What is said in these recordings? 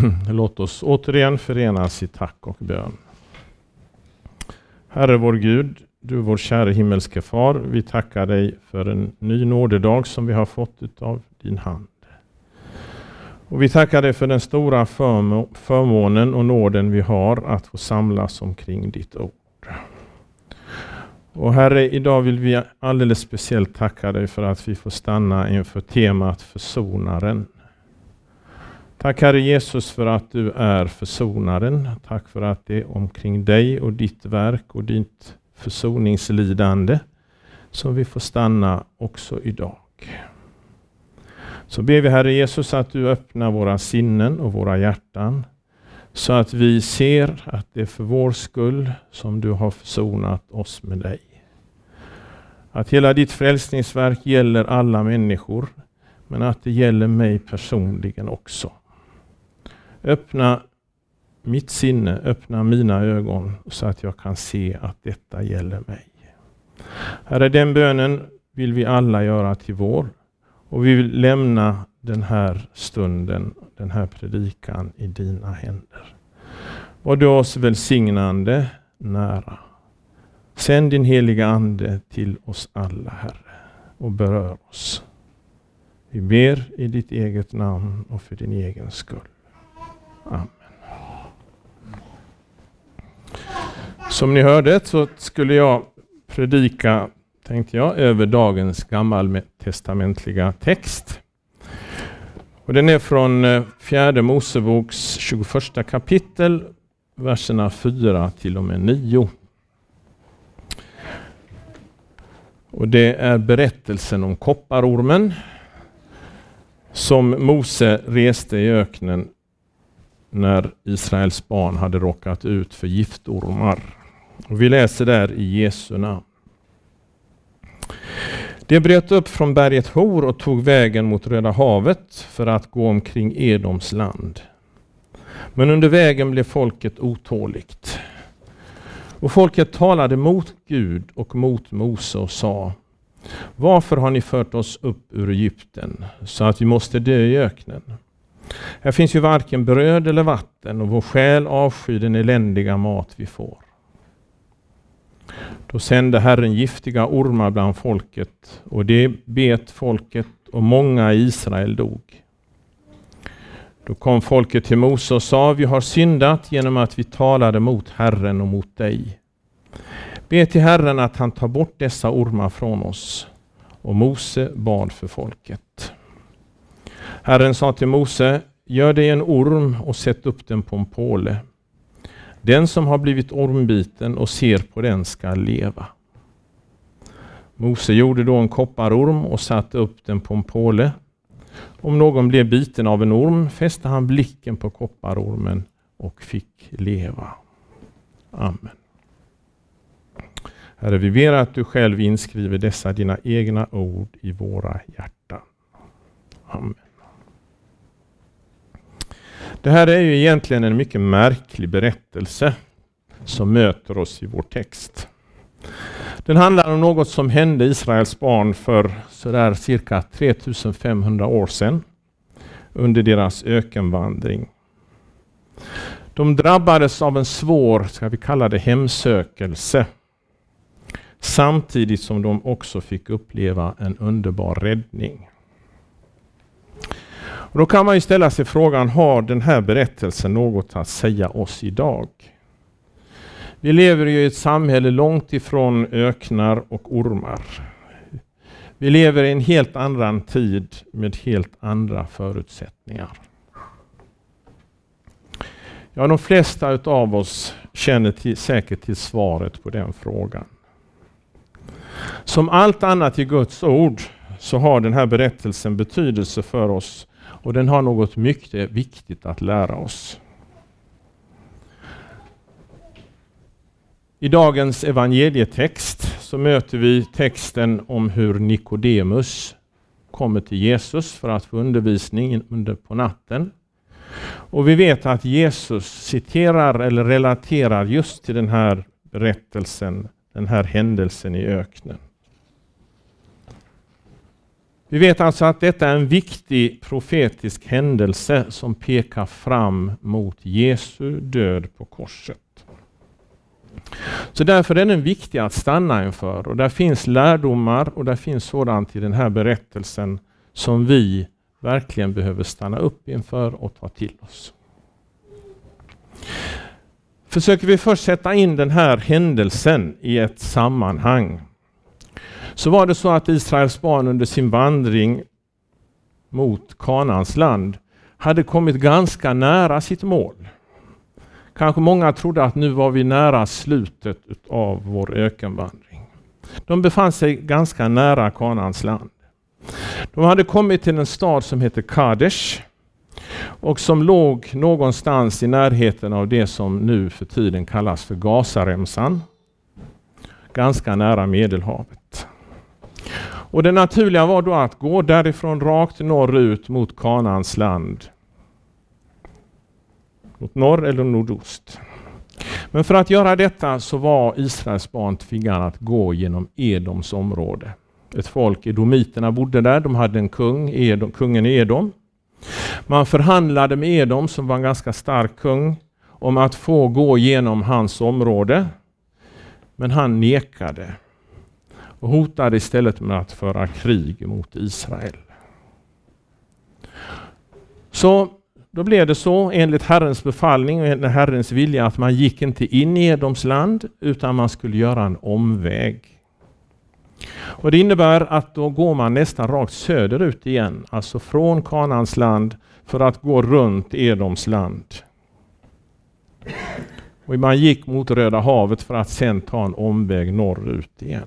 Låt oss återigen förenas i tack och bön. Herre vår Gud, du vår kära himmelske far, vi tackar dig för en ny nådedag som vi har fått av din hand. Och vi tackar dig för den stora förmånen och nåden vi har att få samlas omkring ditt ord. Och Herre, idag vill vi alldeles speciellt tacka dig för att vi får stanna inför temat försonaren. Tack Herre Jesus för att du är försonaren. Tack för att det är omkring dig och ditt verk och ditt försoningslidande som vi får stanna också idag. Så ber vi Herre Jesus att du öppnar våra sinnen och våra hjärtan så att vi ser att det är för vår skull som du har försonat oss med dig. Att hela ditt frälsningsverk gäller alla människor, men att det gäller mig personligen också. Öppna mitt sinne, öppna mina ögon så att jag kan se att detta gäller mig. Herre, den bönen vill vi alla göra till vår. Och vi vill lämna den här stunden, den här predikan i dina händer. Och du oss välsignande nära. Sänd din heliga ande till oss alla, Herre, och berör oss. Vi ber i ditt eget namn och för din egen skull. Amen. Som ni hörde så skulle jag predika, tänkte jag, över dagens gammaltestamentliga text. Och den är från 4 Moseboks 21 kapitel, verserna 4 till och med 9. Och det är berättelsen om kopparormen som Mose reste i öknen när Israels barn hade råkat ut för giftormar. Och vi läser där i Jesu namn. Det bröt upp från berget Hor och tog vägen mot Röda havet för att gå omkring Edoms land. Men under vägen blev folket otåligt. Och folket talade mot Gud och mot Mose och sa: varför har ni fört oss upp ur Egypten så att vi måste dö i öknen? Här finns ju varken bröd eller vatten och vår själ avskyr den eländiga mat vi får. Då sände Herren giftiga ormar bland folket och det bet folket och många i Israel dog. Då kom folket till Mose och sa: vi har syndat genom att vi talade mot Herren och mot dig. Be till Herren att han tar bort dessa ormar från oss. Och Mose bad för folket. Herren sa till Mose: gör dig en orm och sätt upp den på en påle. Den som har blivit ormbiten och ser på den ska leva. Mose gjorde då en kopparorm och satte upp den på en påle. Om någon blev biten av en orm fäste han blicken på kopparormen och fick leva. Amen. Herre, vi ber att du själv inskriver dessa dina egna ord i våra hjärtan. Amen. Det här är ju egentligen en mycket märklig berättelse som möter oss i vår text. Den handlar om något som hände Israels barn för sådär cirka 3500 år sedan under deras ökenvandring. De drabbades av en svår, ska vi kalla det, hemsökelse. Samtidigt som de också fick uppleva en underbar räddning. Och då kan man ju ställa sig frågan: har den här berättelsen något att säga oss idag? Vi lever ju i ett samhälle långt ifrån öknar och ormar. Vi lever i en helt annan tid med helt andra förutsättningar. Ja, de flesta av oss känner säkert till svaret på den frågan. Som allt annat i Guds ord så har den här berättelsen betydelse för oss. Och den har något mycket viktigt att lära oss. I dagens evangelietext så möter vi texten om hur Nikodemus kommer till Jesus för att få undervisning på natten. Och vi vet att Jesus citerar eller relaterar just till den här berättelsen, den här händelsen i öknen. Vi vet alltså att detta är en viktig profetisk händelse som pekar fram mot Jesu död på korset. Så därför är den viktig att stanna inför, och där finns lärdomar och där finns sådant i den här berättelsen som vi verkligen behöver stanna upp inför och ta till oss. Försöker vi först sätta in den här händelsen i ett sammanhang, så var det så att Israels barn under sin vandring mot Kanaans land hade kommit ganska nära sitt mål. Kanske många trodde att nu var vi nära slutet av vår ökenvandring. De befann sig ganska nära Kanaans land. De hade kommit till en stad som heter Kadesh och som låg någonstans i närheten av det som nu för tiden kallas för Gazaremsan. Ganska nära Medelhavet. Och det naturliga var då att gå därifrån rakt norrut mot Kanaans land. Mot norr eller nordost. Men för att göra detta så var Israels barn tvingade att gå genom Edoms område. Ett folk, edomiterna, bodde där. De hade en kungen Edom. Man förhandlade med Edom, som var en ganska stark kung, om att få gå genom hans område. Men han nekade och hotade istället med att föra krig mot Israel. Så då blev det så, enligt Herrens befallning och enligt Herrens vilja, att man gick inte in i Edoms land utan man skulle göra en omväg. Och det innebär att då går man nästan rakt söderut igen, alltså från Kanaans land för att gå runt Edoms land. Och man gick mot Röda havet för att sen ta en omväg norrut igen.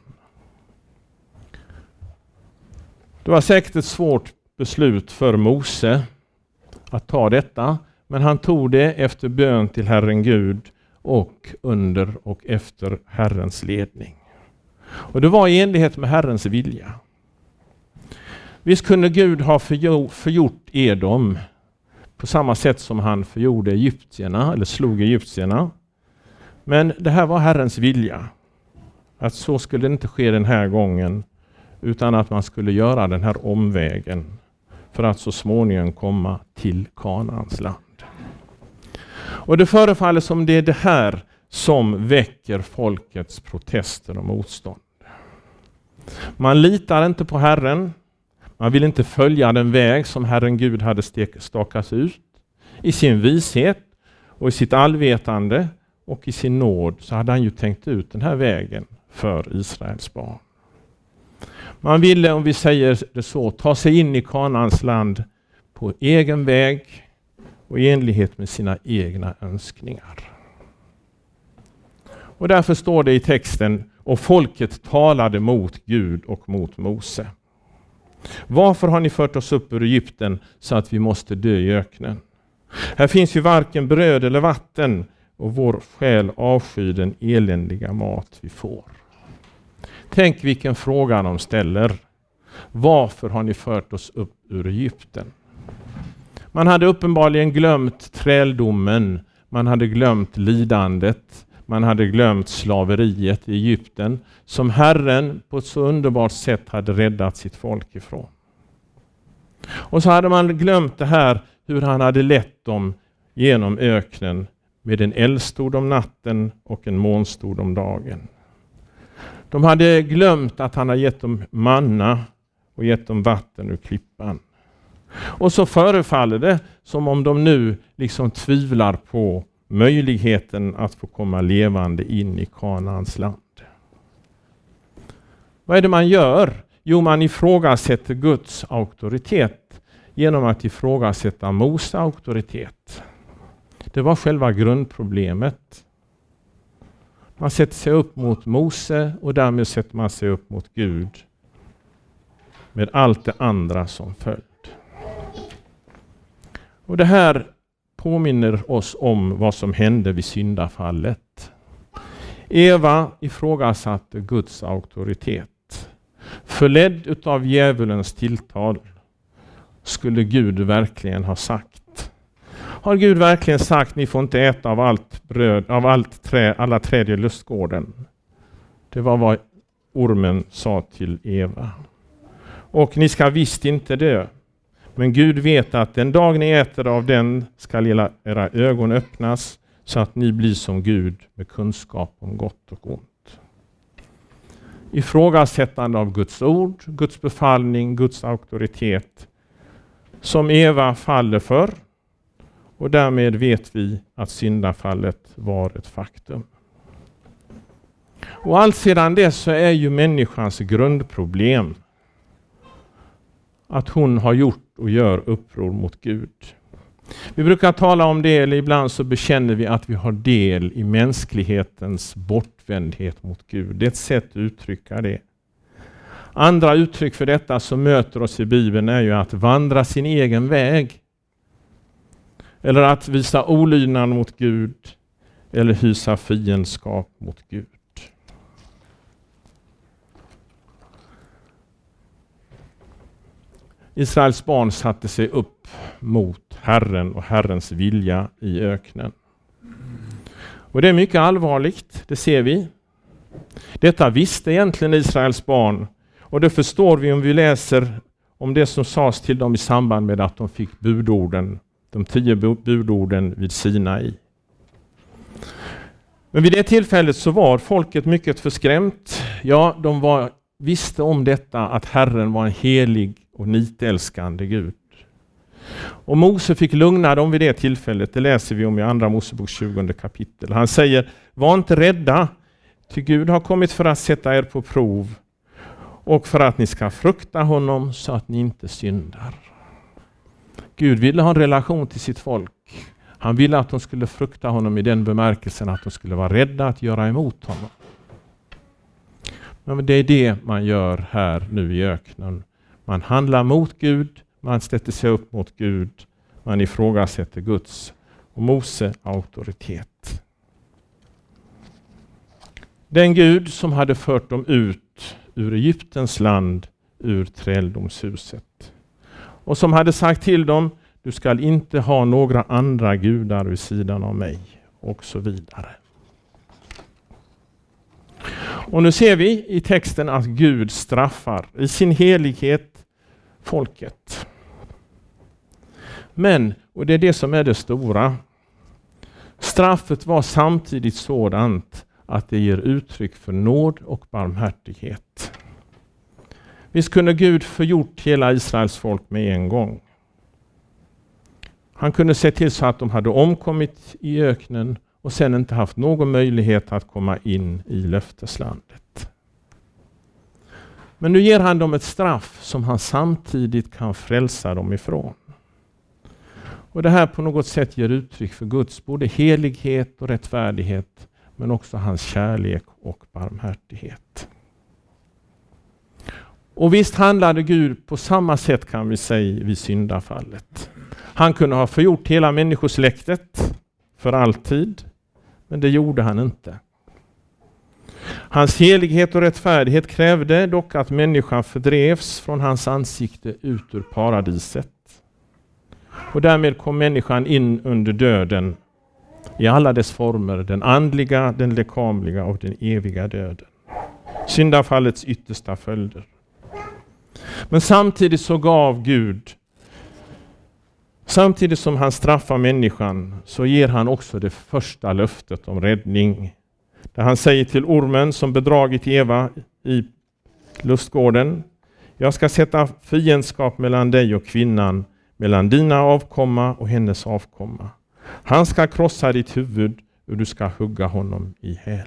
Det var säkert ett svårt beslut för Mose att ta detta, men han tog det efter bön till Herren Gud och under och efter Herrens ledning. Och det var i enlighet med Herrens vilja. Visst kunde Gud ha förgjort Edom på samma sätt som han förgjorde egyptierna eller slog egyptierna. Men det här var Herrens vilja. Att så skulle det inte ske den här gången, utan att man skulle göra den här omvägen för att så småningom komma till Kanaans land. Och det förefaller som det är det här som väcker folkets protester och motstånd. Man litar inte på Herren. Man vill inte följa den väg som Herren Gud hade stakat ut. I sin vishet och i sitt allvetande och i sin nåd så hade han ju tänkt ut den här vägen för Israels barn. Man ville, om vi säger det så, ta sig in i Kanaans land på egen väg och i enlighet med sina egna önskningar. Och därför står det i texten: och folket talade mot Gud och mot Mose. Varför har ni fört oss upp ur Egypten så att vi måste dö i öknen? Här finns ju varken bröd eller vatten och vår själ avskyr den eländiga mat vi får. Tänk vilken fråga de ställer. Varför har ni fört oss upp ur Egypten? Man hade uppenbarligen glömt träldomen. Man hade glömt lidandet. Man hade glömt slaveriet i Egypten som Herren på ett så underbart sätt hade räddat sitt folk ifrån. Och så hade man glömt det här hur han hade lett dem genom öknen med en eldstod om natten och en månstod om dagen. De hade glömt att han hade gett dem manna och gett dem vatten ur klippan. Och så förefaller det som om de nu liksom tvivlar på möjligheten att få komma levande in i Kanaans land. Vad är det man gör? Jo, man ifrågasätter Guds auktoritet genom att ifrågasätta Mose auktoritet. Det var själva grundproblemet. Man sätter sig upp mot Mose och därmed sätter man sig upp mot Gud med allt det andra som följd. Och det här påminner oss om vad som hände vid syndafallet. Eva ifrågasatte Guds auktoritet. Förledd utav djävulens tilltal skulle Gud verkligen ha sagt. Har Gud verkligen sagt ni får inte äta av allt bröd, av alla träd i lustgården? Det var vad ormen sa till Eva. och ni ska visst inte dö. Men Gud vet att den dag ni äter av den ska era ögon öppnas så att ni blir som Gud med kunskap om gott och ont. Ifrågasättande av Guds ord, Guds befallning, Guds auktoritet som Eva faller för, och därmed vet vi att syndafallet var ett faktum. Och allt sedan dess så är ju människans grundproblem att hon har gjort och gör uppror mot Gud. Vi brukar tala om det, eller ibland så bekänner vi att vi har del i mänsklighetens bortvändhet mot Gud. Det är ett sätt att uttrycka det. Andra uttryck för detta som möter oss i Bibeln är ju att vandra sin egen väg. Eller att visa olydnad mot Gud. Eller hysa fiendskap mot Gud. Israels barn satte sig upp mot Herren och Herrens vilja i öknen. Och det är mycket allvarligt, det ser vi. Detta visste egentligen Israels barn, och det förstår vi om vi läser om det som sades till dem i samband med att de fick budorden, de 10 budorden vid Sinai. Men vid det tillfället så var folket mycket förskrämt. Ja, de visste om detta, att Herren var en helig och nitälskande Gud. Och Mose fick lugna dem vid det tillfället. Det läser vi om i andra Mosebok 20 kapitel. Han säger: var inte rädda, ty Gud har kommit för att sätta er på prov och för att ni ska frukta honom så att ni inte syndar. Gud ville ha en relation till sitt folk. Han ville att de skulle frukta honom i den bemärkelsen att de skulle vara rädda att göra emot honom. Men det är det man gör här nu i öknen. Man handlar mot Gud, man sätter sig upp mot Gud, man ifrågasätter Guds och Mose auktoritet. Den Gud som hade fört dem ut ur Egyptens land, ur träldomshuset. Och som hade sagt till dem: du ska inte ha några andra gudar vid sidan av mig, och så vidare. Och nu ser vi i texten att Gud straffar i sin helighet folket. Men, och det är det som är det stora, straffet var samtidigt sådant att det ger uttryck för nåd och barmhärtighet. Visst kunde Gud förgjort hela Israels folk med en gång. Han kunde se till så att de hade omkommit i öknen och sen inte haft någon möjlighet att komma in i löfteslandet. Men nu ger han dem ett straff som han samtidigt kan frälsa dem ifrån. Och det här på något sätt ger uttryck för Guds både helighet och rättfärdighet, men också hans kärlek och barmhärtighet. Och visst handlade Gud på samma sätt, kan vi säga, vid syndafallet. Han kunde ha förgjort hela människosläktet för alltid, men det gjorde han inte. Hans helighet och rättfärdighet krävde dock att människan fördrevs från hans ansikte ut ur paradiset. Och därmed kom människan in under döden i alla dess former, den andliga, den lekamliga och den eviga döden. Syndafallets yttersta följder. Men samtidigt så gav Gud, samtidigt som han straffar människan, så ger han också det första löftet om räddning. Där han säger till ormen som bedragit Eva i lustgården: jag ska sätta fiendskap mellan dig och kvinnan, mellan dina avkomma och hennes avkomma. Han ska krossa ditt huvud och du ska hugga honom i hälen.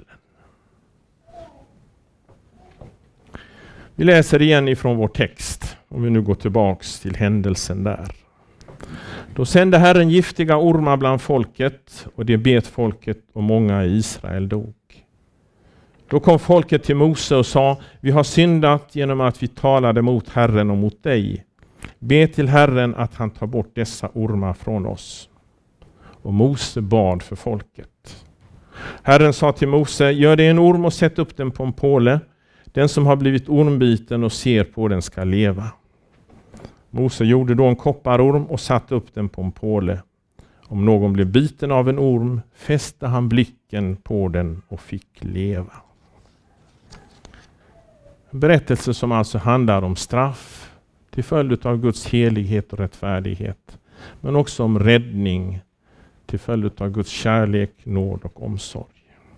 Vi läser igen ifrån vår text, om vi nu går tillbaks till händelsen där. Då sände Herren giftiga ormar bland folket, och det bet folket, och många i Israel dog. Då kom folket till Mose och sa: vi har syndat genom att vi talade mot Herren och mot dig. Be till Herren att han tar bort dessa ormar från oss. Och Mose bad för folket. Herren sa till Mose: gör dig en orm och sätt upp den på en påle. Den som har blivit ormbiten och ser på den ska leva. Mose gjorde då en kopparorm och satte upp den på en påle. Om någon blev biten av en orm fäste han blicken på den och fick leva. En berättelse som alltså handlar om straff till följd av Guds helighet och rättfärdighet, men också om räddning till följd av Guds kärlek, nåd och omsorg.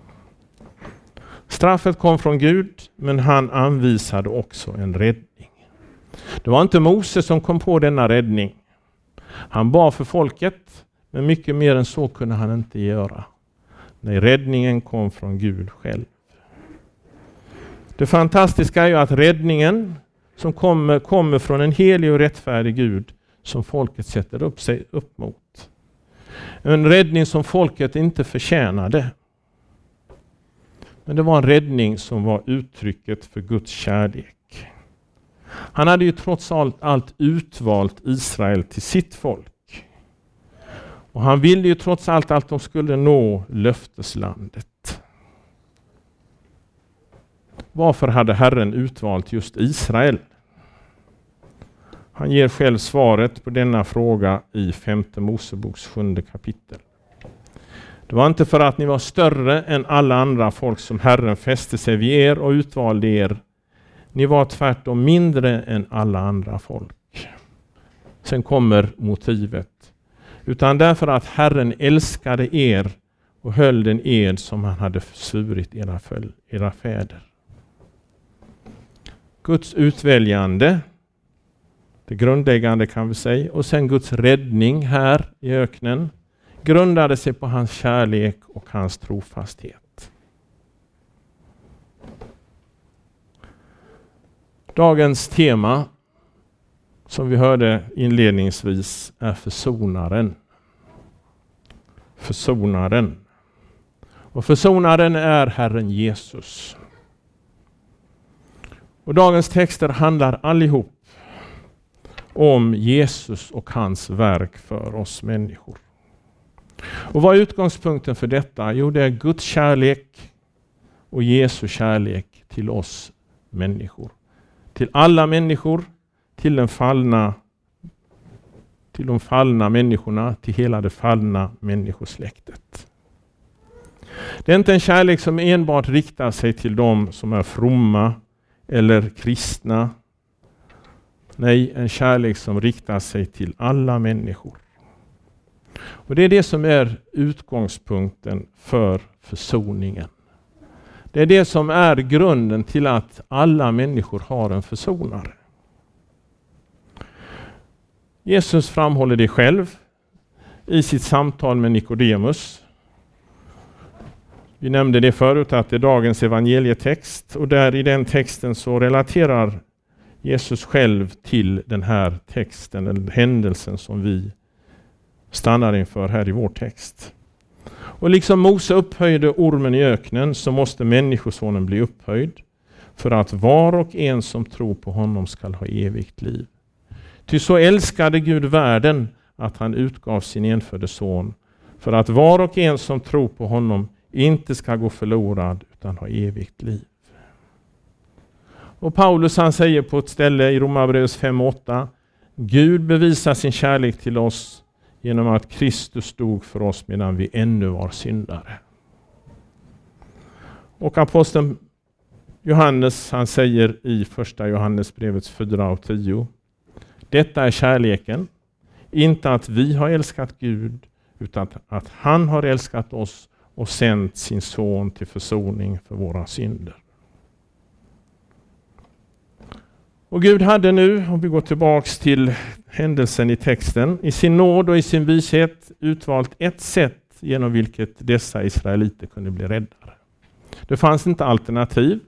Straffet kom från Gud, men han anvisade också en räddning. Det var inte Mose som kom på denna räddning. Han bad för folket, men mycket mer än så kunde han inte göra. Nej, räddningen kom från Gud själv. Det fantastiska är ju att räddningen som kommer från en helig och rättfärdig Gud som folket sätter upp sig upp mot. En räddning som folket inte förtjänade. Men det var en räddning som var uttrycket för Guds kärlek. Han hade ju trots allt utvalt Israel till sitt folk. Och han ville ju trots allt att de skulle nå löfteslandet. Varför hade Herren utvalt just Israel? Han ger själv svaret på denna fråga i 5:e Moseboks 7:e kapitel. Det var inte för att ni var större än alla andra folk som Herren fäste sig vid er och utvalde er. Ni var tvärtom mindre än alla andra folk. Sen kommer motivet. Utan därför att Herren älskade er och höll den ed som han hade svurit era fäder. Guds utväljande, det grundläggande kan vi säga, och sen Guds räddning här i öknen grundade sig på hans kärlek och hans trofasthet. Dagens tema, som vi hörde inledningsvis, är försonaren. Försonaren. Och försonaren är Herren Jesus. Och dagens texter handlar allihop om Jesus och hans verk för oss människor. Och vad är utgångspunkten för detta? Jo, det är Guds kärlek och Jesu kärlek till oss människor. Till alla människor, till de fallna människorna, till hela det fallna människosläktet. Det är inte en kärlek som enbart riktar sig till dem som är fromma eller kristna. Nej, en kärlek som riktar sig till alla människor. Och det är det som är utgångspunkten för försoningen. Det är det som är grunden till att alla människor har en försonare. Jesus framhåller det själv i sitt samtal med Nikodemus. Vi nämnde det förut att det är dagens evangelietext, och där i den texten så relaterar Jesus själv till den här texten, eller händelsen som vi stannar inför här i vår text. Och liksom Mose upphöjde ormen i öknen, så måste människosonen bli upphöjd för att var och en som tror på honom ska ha evigt liv. Ty så älskade Gud världen att han utgav sin enfödde son, för att var och en som tror på honom inte ska gå förlorad utan ha evigt liv. Och Paulus, han säger på ett ställe i Romarbrevets 5:8: Gud bevisar sin kärlek till oss genom att Kristus dog för oss medan vi ännu var syndare. Och aposteln Johannes, han säger i 1 Johannesbrevets 4:10: Detta är kärleken, inte att vi har älskat Gud, utan att han har älskat oss och sänt sin son till försoning för våra synder. Och Gud hade nu, om vi går tillbaks till händelsen i texten, i sin nåd och i sin vishet utvalt ett sätt genom vilket dessa israeliter kunde bli räddare. Det fanns inte alternativ.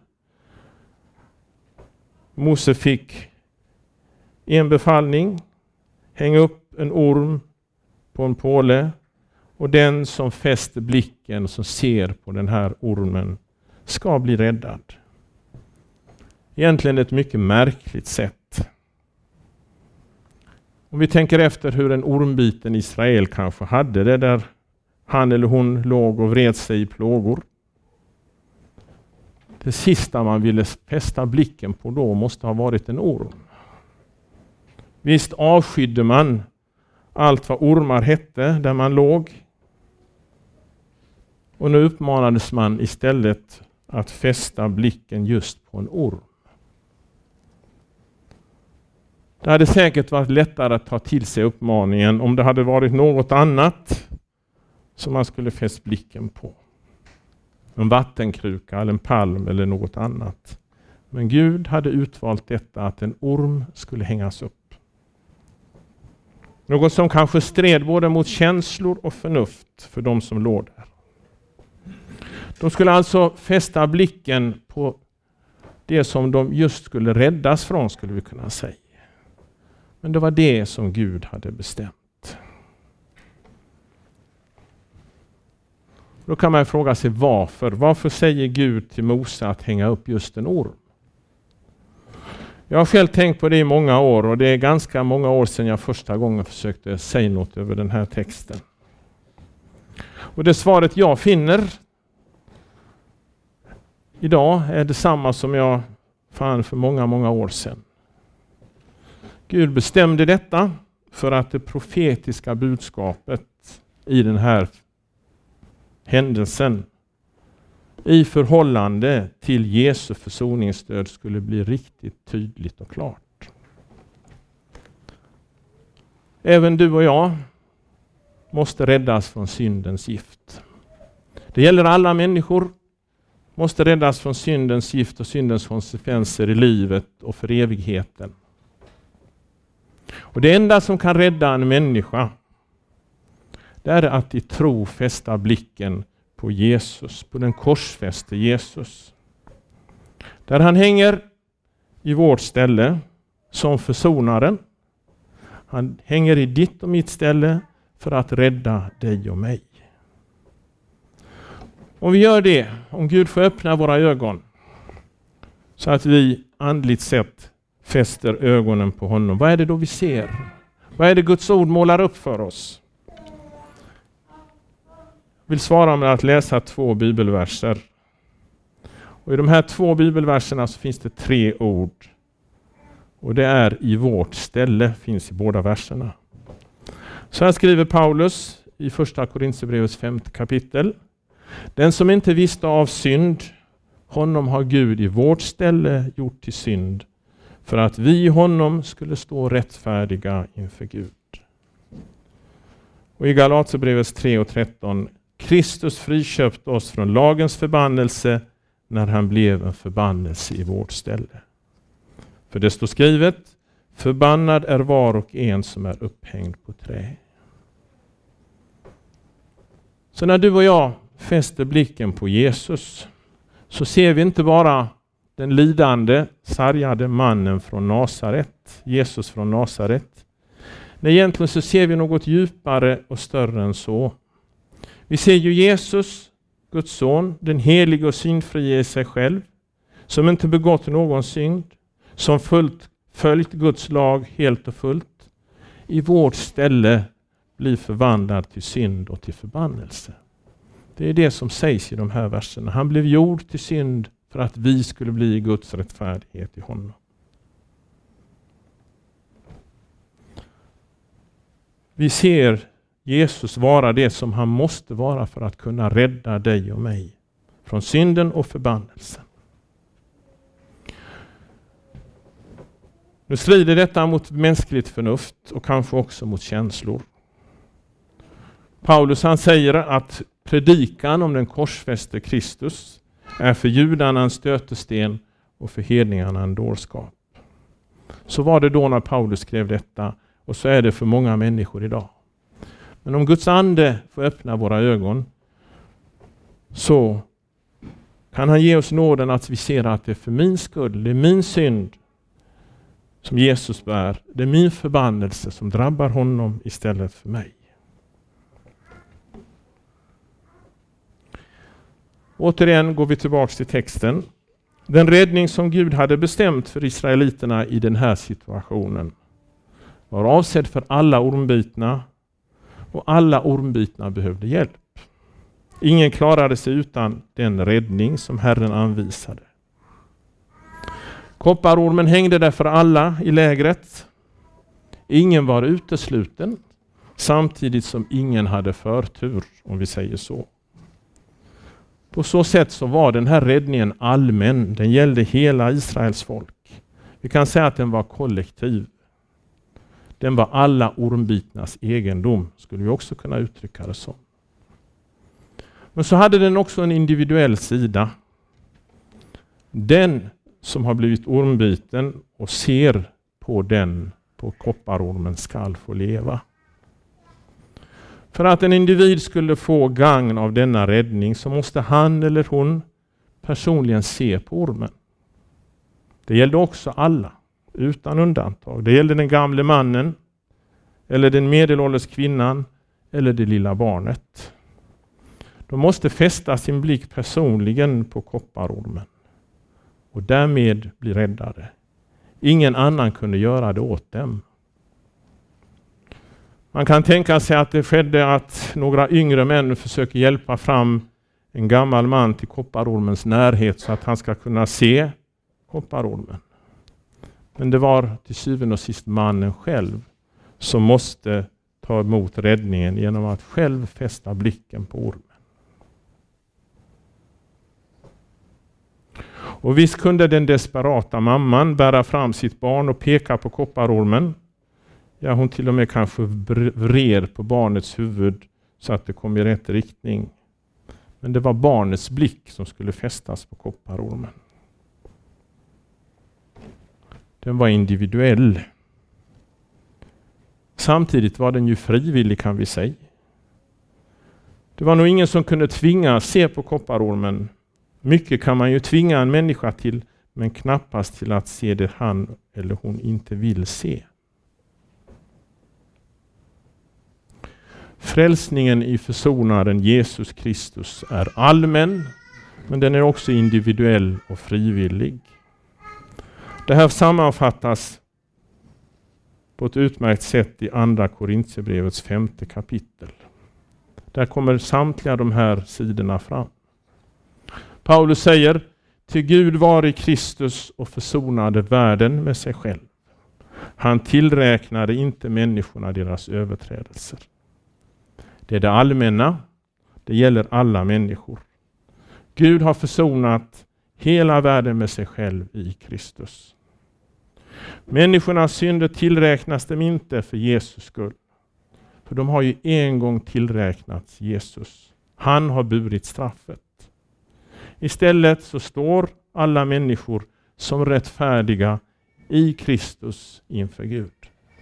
Mose fick en befallning: häng upp en orm på en påle, och den som fäster blicken, som ser på den här ormen, ska bli räddad. Egentligen ett mycket märkligt sätt. Om vi tänker efter hur en ormbiten Israel kanske hade det, där han eller hon låg och vred sig i plågor. Det sista man ville fästa blicken på då måste ha varit en orm. Visst avskydde man allt vad ormar hette där man låg. Och nu uppmanades man istället att fästa blicken just på en orm. Det hade säkert varit lättare att ta till sig uppmaningen om det hade varit något annat som man skulle fäst blicken på. En vattenkruka eller en palm eller något annat. Men Gud hade utvalt detta att en orm skulle hängas upp. Något som kanske stred både mot känslor och förnuft för de som låg där. De skulle alltså fästa blicken på det som de just skulle räddas från, skulle vi kunna säga. Men det var det som Gud hade bestämt. Då kan man fråga sig varför. Varför säger Gud till Mose att hänga upp just en orm? Jag har själv tänkt på det i många år, och det är ganska många år sedan jag första gången försökte säga något över den här texten. Och det svaret jag finner idag är detsamma som jag fann för många, många år sedan. Gud bestämde detta för att det profetiska budskapet i den här händelsen i förhållande till Jesu försoningsstöd skulle bli riktigt tydligt och klart. Även du och jag måste räddas från syndens gift. Det gäller alla människor. Måste räddas från syndens gift och syndens konsekvenser i livet och för evigheten. Och det enda som kan rädda en människa, det är att i tro fästa blicken på Jesus, på den korsfäste Jesus. Där han hänger i vårt ställe som försonaren. Han hänger i ditt och mitt ställe för att rädda dig och mig. Om vi gör det, om Gud får öppna våra ögon så att vi andligt sett fäster ögonen på honom. Vad är det då vi ser? Vad är det Guds ord målar upp för oss? Jag vill svara med att läsa 2 bibelverser. Och i de här 2 bibelverserna så finns det 3 ord. Och det är i vårt ställe, finns i båda verserna. Så här skriver Paulus i första Korinthierbrevets 5:e kapitel. Den som inte visste av synd, honom har Gud i vårt ställe gjort till synd, för att vi i honom skulle stå rättfärdiga inför Gud. Och i Galaterbrevets 3:13, Kristus friköpt oss från lagens förbannelse när han blev en förbannelse i vårt ställe. För det står skrivet, förbannad är var och en som är upphängd på trä. Så när du och jag fäster blicken på Jesus så ser vi inte bara den lidande, sargade mannen från Nasaret, Jesus från Nasaret. Nej, egentligen så ser vi något djupare och större än så. Vi ser ju Jesus, Guds son, den helige och syndfrie i sig själv, som inte begått någon synd, som följt Guds lag helt och fullt, i vårt ställe blir förvandlad till synd och till förbannelse. Det är det som sägs i de här verserna. Han blev gjord till synd för att vi skulle bli Guds rättfärdighet i honom. Vi ser Jesus vara det som han måste vara för att kunna rädda dig och mig från synden och förbannelsen. Nu strider detta mot mänskligt förnuft och kanske också mot känslor. Paulus han säger att predikan om den korsfäste Kristus är för judarna en stötesten och för hedningarna en dårskap. Så var det då när Paulus skrev detta, och så är det för många människor idag. Men om Guds ande får öppna våra ögon så kan han ge oss nåden att vi ser att det är för min skull, det är min synd som Jesus bär. Det är min förbannelse som drabbar honom istället för mig. Återigen går vi tillbaka till texten. Den räddning som Gud hade bestämt för israeliterna i den här situationen var avsedd för alla ormbitna, och alla ormbitna behövde hjälp. Ingen klarade sig utan den räddning som Herren anvisade. Kopparormen hängde där för alla i lägret. Ingen var utesluten, samtidigt som ingen hade förtur, om vi säger så. På så sätt så var den här räddningen allmän. Den gällde hela Israels folk. Vi kan säga att den var kollektiv. Den var alla ormbitnas egendom, skulle vi också kunna uttrycka det som. Men så hade den också en individuell sida. Den som har blivit ormbiten och ser på kopparormen skall få leva. För att en individ skulle få gagn av denna räddning så måste han eller hon personligen se på ormen. Det gällde också alla, utan undantag. Det gällde den gamle mannen, eller den medelålders kvinnan, eller det lilla barnet. De måste fästa sin blick personligen på kopparormen och därmed bli räddade. Ingen annan kunde göra det åt dem. Man kan tänka sig att det skedde att några yngre män försöker hjälpa fram en gammal man till kopparormens närhet så att han ska kunna se kopparormen. Men det var till syvende och sist mannen själv som måste ta emot räddningen genom att själv fästa blicken på ormen. Och visst kunde den desperata mamman bära fram sitt barn och peka på kopparormen. Ja, hon till och med kanske vred på barnets huvud så att det kom i rätt riktning. Men det var barnets blick som skulle fästas på kopparormen. Den var individuell. Samtidigt var den ju frivillig, kan vi säga. Det var nog ingen som kunde tvinga se på kopparormen. Mycket kan man ju tvinga en människa till, men knappast till att se det han eller hon inte vill se. Frälsningen i försonaren Jesus Kristus är allmän, men den är också individuell och frivillig. Det här sammanfattas på ett utmärkt sätt i andra Korintierbrevets 5:e kapitel. Där kommer samtliga de här sidorna fram. Paulus säger: till Gud var i Kristus och försonade världen med sig själv. Han tillräknade inte människorna deras överträdelser. Det är det allmänna, det gäller alla människor. Gud har försonat hela världen med sig själv i Kristus. Människornas synder tillräknas dem inte för Jesus skull. För de har ju en gång tillräknats Jesus. Han har burit straffet. Istället så står alla människor som rättfärdiga i Kristus inför Gud.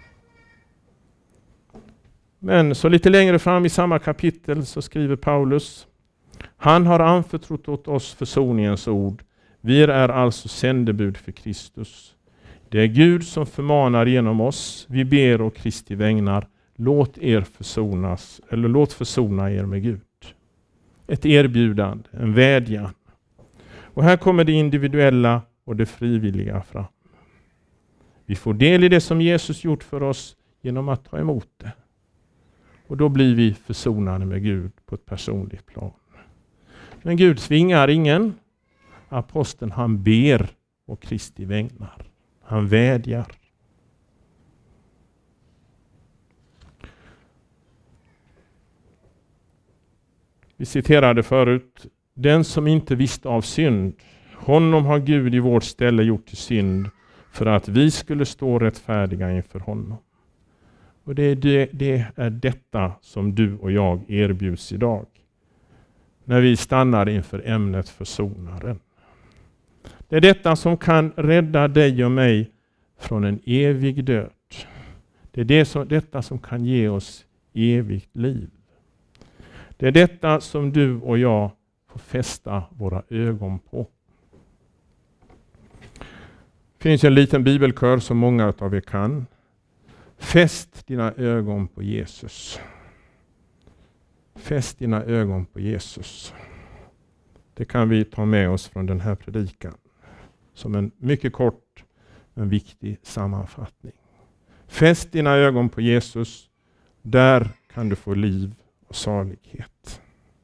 Men så lite längre fram i samma kapitel så skriver Paulus: han har anförtrott åt oss försoningens ord. Vi är alltså sändebud för Kristus. Det är Gud som förmanar genom oss. Vi ber å Kristi vägnar. Låt försona er med Gud. Ett erbjudande, en vädjan. Och här kommer det individuella och det frivilliga fram. Vi får del i det som Jesus gjort för oss genom att ta emot det. Och då blir vi försonade med Gud på ett personligt plan. Men Gud tvingar ingen. Aposteln, han ber å Kristi vägnar. Han vädjar. Vi citerade förut: den som inte visste av synd, honom har Gud i vårt ställe gjort till synd för att vi skulle stå rättfärdiga inför honom. Och det är detta som du och jag erbjuds idag. När vi stannar inför ämnet försonaren. Det är detta som kan rädda dig och mig från en evig död. Det är detta som kan ge oss evigt liv. Det är detta som du och jag får fästa våra ögon på. Det finns en liten bibelkör som många av er kan. Fäst dina ögon på Jesus. Fäst dina ögon på Jesus. Det kan vi ta med oss från den här predikan. Som en mycket kort men viktig sammanfattning. Fäst dina ögon på Jesus. Där kan du få liv och salighet.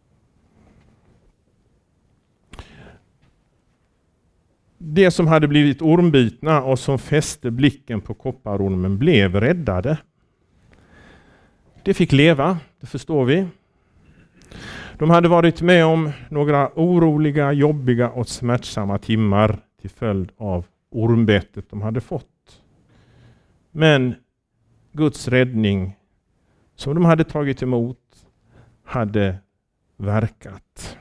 Det som hade blivit ormbitna och som fäste blicken på kopparormen blev räddade. Det fick leva, det förstår vi. De hade varit med om några oroliga, jobbiga och smärtsamma timmar till följd av ormbettet de hade fått. Men Guds räddning som de hade tagit emot hade verkat.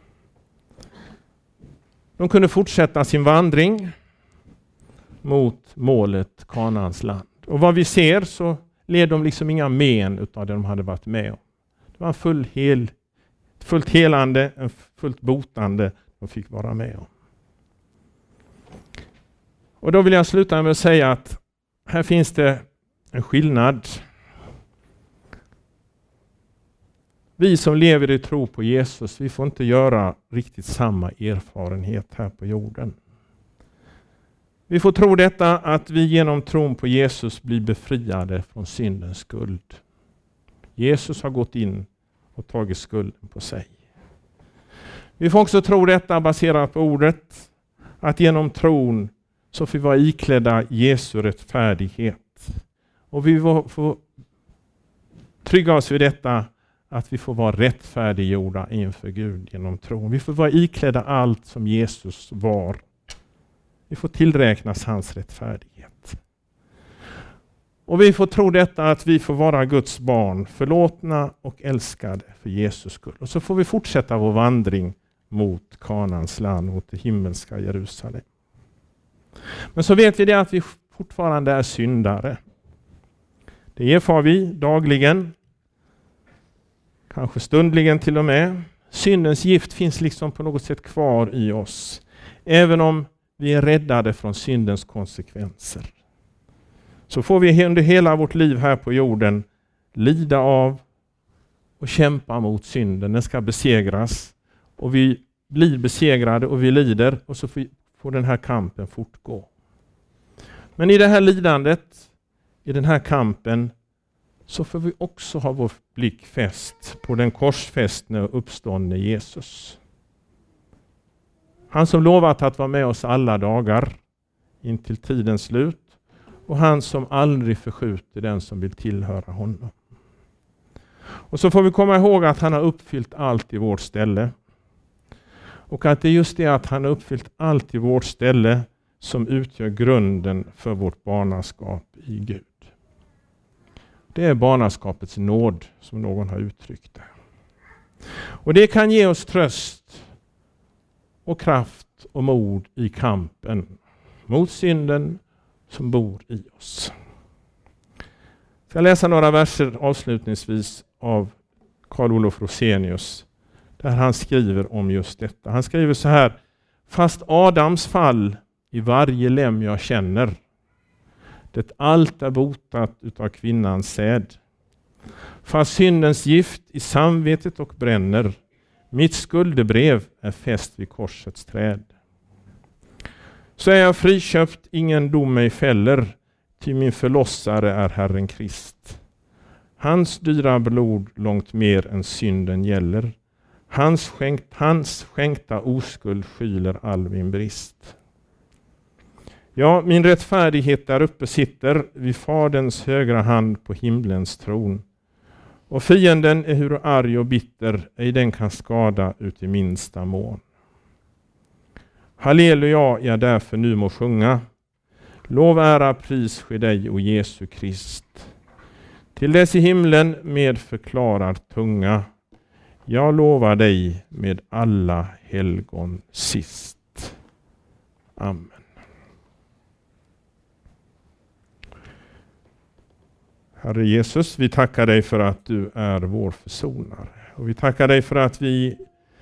De kunde fortsätta sin vandring mot målet Kanaans land. Och vad vi ser så led de liksom inga men utav det de hade varit med om. Det var en fullt helande, en fullt botande de fick vara med om. Och då vill jag sluta med att säga att här finns det en skillnad. Vi som lever i tro på Jesus, vi får inte göra riktigt samma erfarenhet här på jorden. Vi får tro detta att vi genom tron på Jesus blir befriade från syndens skuld. Jesus har gått in och tagit skulden på sig. Vi får också tro detta baserat på ordet, att genom tron så får vi vara iklädda Jesu rättfärdighet. Och vi får trygga oss vid detta att vi får vara rättfärdiggjorda inför Gud genom tron. Vi får vara iklädda allt som Jesus var. Vi får tillräknas hans rättfärdighet. Och vi får tro detta att vi får vara Guds barn, förlåtna och älskade för Jesus skull. Och så får vi fortsätta vår vandring mot Kanaans land, mot det himmelska Jerusalem. Men så vet vi det att vi fortfarande är syndare. Det erfar vi dagligen, kanske stundligen till och med. Syndens gift finns liksom på något sätt kvar i oss, även om vi är räddade från syndens konsekvenser. Så får vi under hela vårt liv här på jorden lida av och kämpa mot synden. Den ska besegras och vi blir besegrade och vi lider och så får den här kampen fortgå. Men i det här lidandet, i den här kampen, så får vi också ha vår blick fäst på den korsfästne och uppståndne Jesus. Han som lovat att vara med oss alla dagar in till tidens slut och han som aldrig förskjuter den som vill tillhöra honom. Och så får vi komma ihåg att han har uppfyllt allt i vårt ställe. Och att det är just det att han har uppfyllt allt i vårt ställe som utgör grunden för vårt barnaskap i Gud. Det är barnaskapets nåd som någon har uttryckt det. Och det kan ge oss tröst och kraft och mod i kampen mot synden som bor i oss. Jag ska läsa några verser avslutningsvis av Carl Olof Rosenius där han skriver om just detta. Han skriver så här: fast Adams fall i varje lem jag känner, det allt är botat utav kvinnans säd. Fast syndens gift i samvetet och bränner, mitt skuldebrev är fäst vid korsets träd. Så är jag friköpt, ingen dom mig fäller, ty min förlossare är Herren Krist. Hans dyra blod långt mer än synden gäller. Hans skänkta oskuld skyler all min brist. Ja, min rättfärdighet där uppe sitter vid Faderns högra hand på himlens tron. Och fienden är hur arg och bitter, ej den kan skada ut i minsta mån. Halleluja, jag därför nu må sjunga. Lov, ära, pris ske dig, o Jesu Krist. Till dess i himlen med förklarad tunga. Jag lovar dig med alla helgon sist. Amen. Herre Jesus, vi tackar dig för att du är vår försonare. Och vi tackar dig för att vi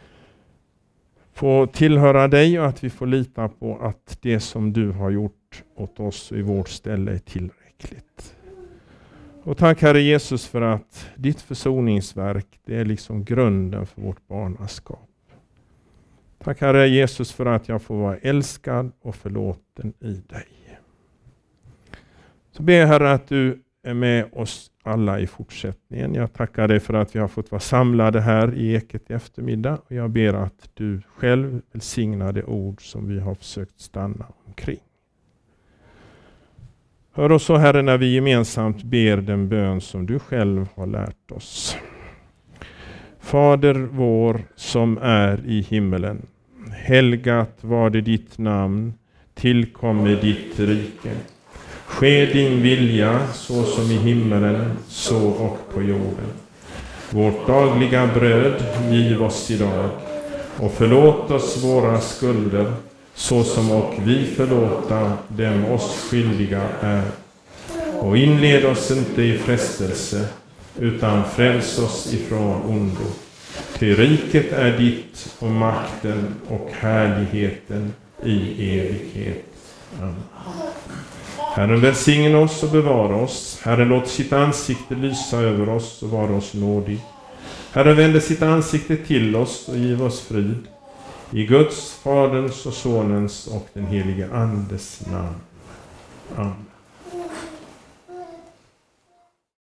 får tillhöra dig och att vi får lita på att det som du har gjort åt oss i vårt ställe är tillräckligt. Och tack Herre Jesus för att ditt försoningsverk, det är liksom grunden för vårt barnaskap. Tack Herre Jesus för att jag får vara älskad och förlåten i dig. Så ber Herre att du är med oss alla i fortsättningen. Jag tackar dig för att vi har fått vara samlade här i Eket i eftermiddag. Och jag ber att du själv välsignar det ord som vi har försökt stanna omkring. Hör oss så Herre när vi gemensamt ber den bön som du själv har lärt oss. Fader vår som är i himmelen. Helgat var det ditt namn. Tillkommer ditt rike. Ske din vilja så som i himmelen, så och på jorden. Vårt dagliga bröd giv oss idag, och förlåt oss våra skulder, så som och vi förlåta dem oss skyldiga är. Och inled oss inte i frestelse, utan fräls oss ifrån ondo. Till riket är ditt, och makten och härligheten i evighet. Amen. Herren välsigne oss och bevara oss. Herren låt sitt ansikte lysa över oss och vara oss nådig. Herren vände sitt ansikte till oss och giv oss frid. I Guds, Faderns och Sonens och den helige Andes namn. Amen.